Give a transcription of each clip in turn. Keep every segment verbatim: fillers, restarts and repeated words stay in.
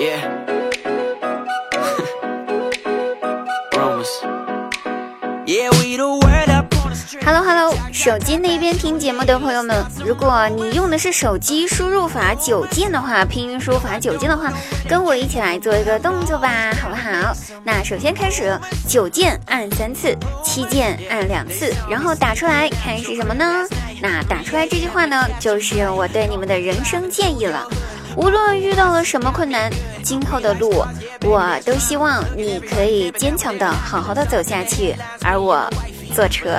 Hello Hello， 手机那边听节目的朋友们，如果你用的是手机输入法九键的话，拼音输入法九键的话，跟我一起来做一个动作吧，好不好？那首先开始，九键按三次，七键按两次，然后打出来看是什么呢？那打出来这句话呢，就是我对你们的人生建议了。无论遇到了什么困难，今后的路我都希望你可以坚强的好好的走下去，而我坐车。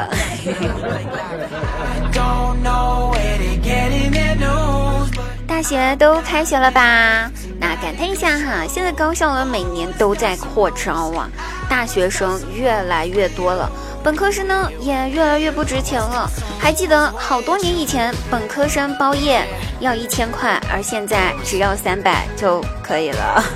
大学都开学了吧？那感叹一下哈，现在高校呢每年都在扩招啊，大学生越来越多了，本科生呢也越来越不值钱了。还记得好多年以前，本科生包夜要一千块，而现在只要三百就可以了。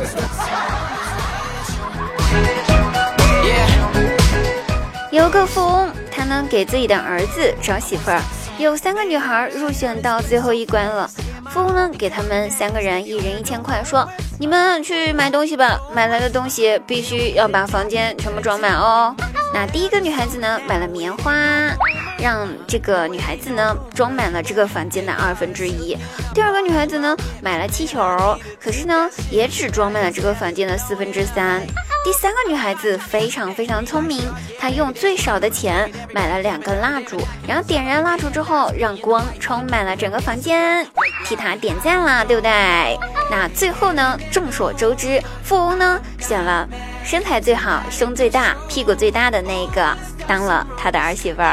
有个富翁，他呢给自己的儿子找媳妇儿，有三个女孩入选到最后一关了。富翁呢给他们三个人一人一千块，说你们去买东西吧，买来的东西必须要把房间全部装满哦。那第一个女孩子呢买了棉花，让这个女孩子呢装满了这个房间的二分之一。第二个女孩子呢买了气球，可是呢也只装满了这个房间的四分之三。第三个女孩子非常非常聪明，她用最少的钱买了两根蜡烛，然后点燃蜡烛之后，让光充满了整个房间，替她点赞啦，对不对？那最后呢，众所周知，富翁呢选了身材最好、胸最大、屁股最大的那个当了他的儿媳妇儿。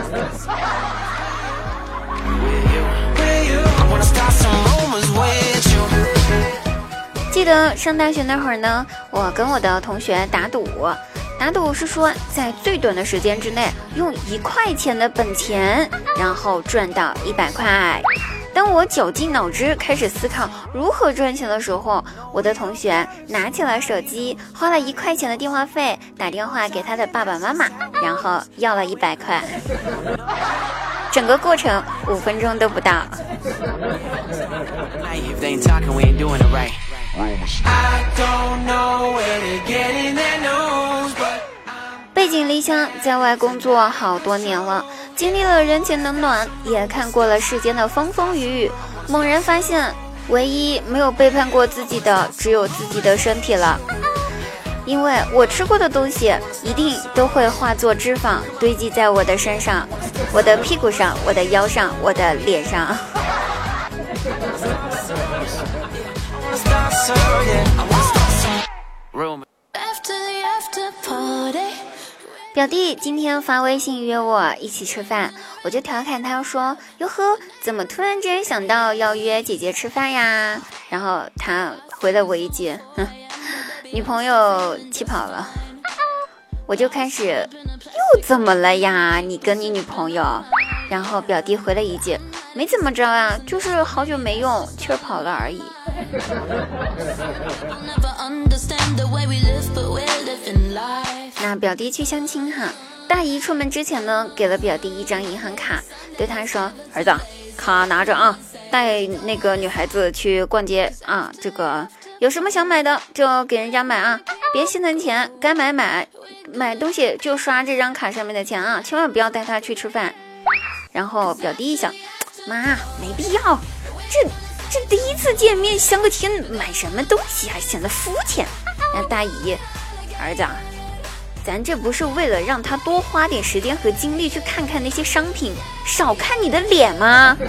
记得上大学那会儿呢，我跟我的同学打赌，打赌是说在最短的时间之内用一块钱的本钱，然后赚到一百块。当我绞尽脑汁开始思考如何赚钱的时候，我的同学拿起了手机，花了一块钱的电话费打电话给他的爸爸妈妈，然后要了一百块。整个过程五分钟都不到。背井离乡在外工作好多年了，经历了人情冷暖，也看过了世间的风风雨雨，猛然发现唯一没有背叛过自己的只有自己的身体了。因为我吃过的东西一定都会化作脂肪堆积在我的身上，我的屁股上，我的腰上，我的脸上。表弟今天发微信约我一起吃饭，我就调侃他说，哟呵，怎么突然间想到要约姐姐吃饭呀？然后他回了我一句，哼，女朋友气跑了。我就开始，又怎么了呀？你跟你女朋友？然后表弟回了一句，没怎么着啊，就是好久没用，气儿跑了而已。那表弟去相亲哈，大姨出门之前呢，给了表弟一张银行卡，对他说，儿子，卡拿着啊，带那个女孩子去逛街啊，这个有什么想买的就给人家买啊，别心疼钱，该买买，买东西就刷这张卡上面的钱啊，千万不要带她去吃饭。然后表弟一想，妈，没必要，这这第一次见面相个亲，买什么东西还显得肤浅。那大姨，儿子，咱这不是为了让他多花点时间和精力去看看那些商品，少看你的脸吗？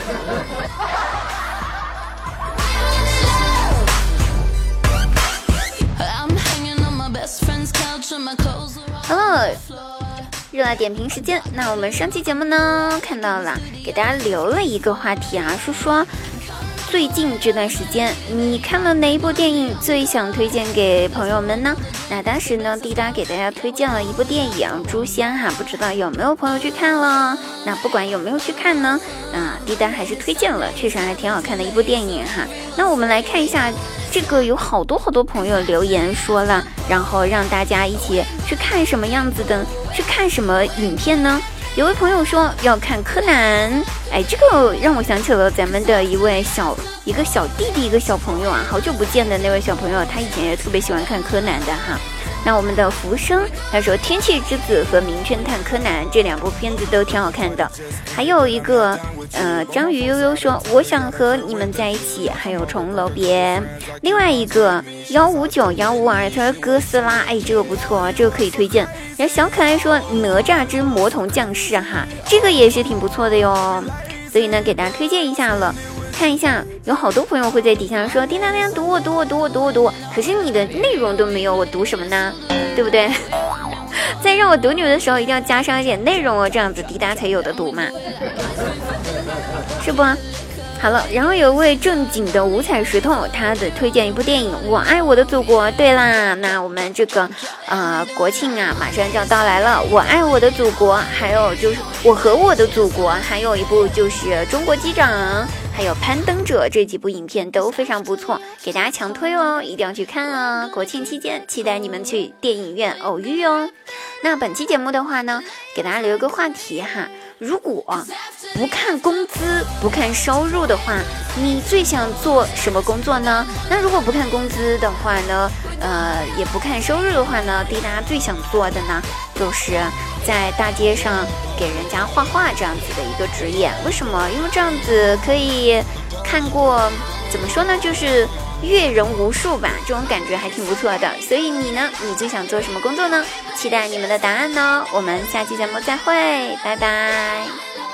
好了，热辣点评时间。那我们上期节目呢看到了，给大家留了一个话题啊，是说最近这段时间你看了哪一部电影最想推荐给朋友们呢？那当时呢滴答给大家推荐了一部电影《诛仙》哈，不知道有没有朋友去看了？那不管有没有去看呢，啊，滴答还是推荐了，确实还挺好看的一部电影哈。那我们来看一下，这个有好多好多朋友留言说了，然后让大家一起去看什么样子的，去看什么影片呢？ 有位朋友说要看柯南，哎，这个让我想起了咱们的一位小一个小弟弟，一个小朋友啊，好久不见的那位小朋友，他以前也特别喜欢看柯南的哈。那我们的福生他说《天气之子》和《名侦探柯南》这两部片子都挺好看的。还有一个呃，章鱼悠悠说我想和你们在一起，还有重楼别。另外一个幺五九幺五二他说哥斯拉，哎，这个不错，这个可以推荐。然后小可爱说哪吒之魔童降世哈，这个也是挺不错的哟，所以呢给大家推荐一下了。看一下，有好多朋友会在底下说叮当叮当读我读我读我读我读我，可是你的内容都没有，我读什么呢？对不对？在让我读你们的时候，一定要加上一点内容哦，这样子滴答才有的读嘛，是不？好了，然后有位正经的五彩石头，他的推荐一部电影《我爱我的祖国》。对啦，那我们这个呃国庆啊，马上就要到来了，《我爱我的祖国》，还有就是《我和我的祖国》，还有一部就是《中国机长》，还有《攀登者》，这几部影片都非常不错，给大家强推哦，一定要去看啊！国庆期间，期待你们去电影院偶遇哦。那本期节目的话呢，给大家留一个话题哈。如果不看工资不看收入的话，你最想做什么工作呢？那如果不看工资的话呢，呃，也不看收入的话呢，滴答最想做的呢，就是在大街上给人家画画这样子的一个职业。为什么？因为这样子可以看过，怎么说呢，就是阅人无数吧，这种感觉还挺不错的。所以你呢，你最想做什么工作呢？期待你们的答案呢。我们下期节目再会，拜拜。